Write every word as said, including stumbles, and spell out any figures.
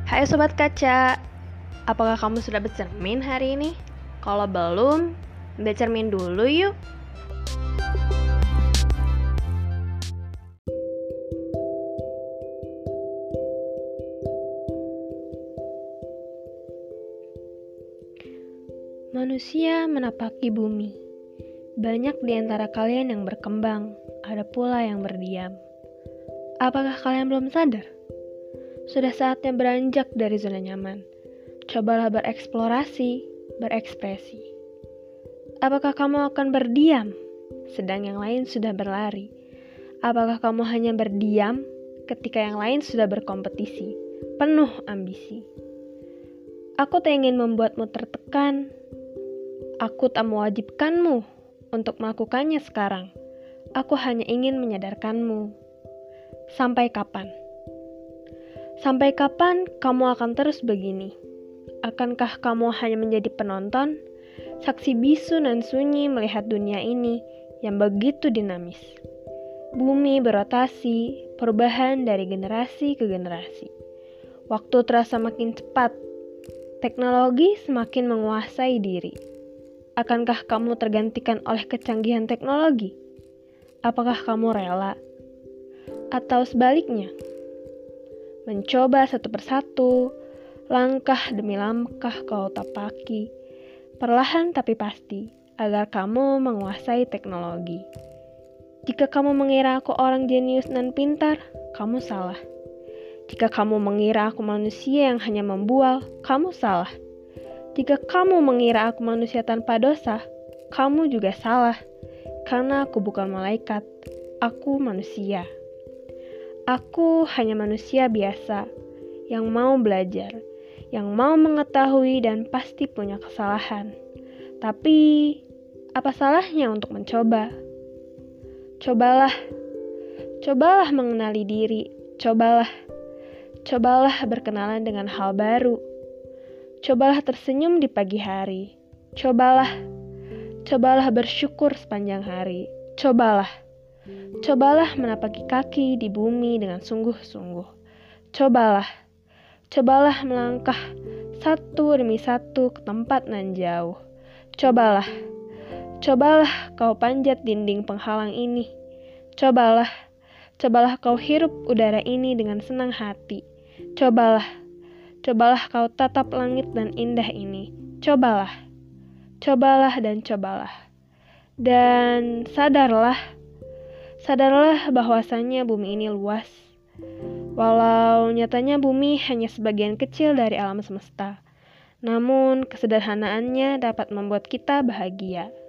Hai Sobat Kaca, apakah kamu sudah bercermin hari ini? Kalau belum, bercermin dulu yuk. Manusia menapaki bumi. Banyak di antara kalian yang berkembang, ada pula yang berdiam. Apakah kalian belum sadar? Sudah saatnya beranjak dari zona nyaman. Cobalah bereksplorasi, berekspresi. Apakah kamu akan berdiam, sedang yang lain sudah berlari? Apakah kamu hanya berdiam ketika yang lain sudah berkompetisi, penuh ambisi? Aku tak ingin membuatmu tertekan. Aku tak mewajibkanmu untuk melakukannya sekarang. Aku hanya ingin menyadarkanmu. Sampai kapan? Sampai kapan kamu akan terus begini? Akankah kamu hanya menjadi penonton, saksi bisu dan sunyi melihat dunia ini yang begitu dinamis? Bumi berotasi, perubahan dari generasi ke generasi. Waktu terasa makin cepat, teknologi semakin menguasai diri. Akankah kamu tergantikan oleh kecanggihan teknologi? Apakah kamu rela? Atau sebaliknya? Mencoba satu persatu, langkah demi langkah kau tapaki, perlahan tapi pasti, agar kamu menguasai teknologi. Jika kamu mengira aku orang jenius dan pintar, kamu salah. Jika kamu mengira aku manusia yang hanya membual, kamu salah. Jika kamu mengira aku manusia tanpa dosa, kamu juga salah. Karena aku bukan malaikat, aku manusia. Aku hanya manusia biasa, yang mau belajar, yang mau mengetahui dan pasti punya kesalahan. Tapi, apa salahnya untuk mencoba? Cobalah, cobalah mengenali diri, cobalah, cobalah berkenalan dengan hal baru. Cobalah tersenyum di pagi hari, cobalah, cobalah bersyukur sepanjang hari, cobalah. Cobalah menapaki kaki di bumi dengan sungguh-sungguh. Cobalah, cobalah melangkah satu demi satu ke tempat nan jauh. Cobalah, cobalah kau panjat dinding penghalang ini. Cobalah, cobalah kau hirup udara ini dengan senang hati. Cobalah, cobalah kau tatap langit dan indah ini. Cobalah, cobalah dan cobalah. Dan sadarlah, Sadarlah bahwasannya bumi ini luas. Walau nyatanya bumi hanya sebagian kecil dari alam semesta, namun kesederhanaannya dapat membuat kita bahagia.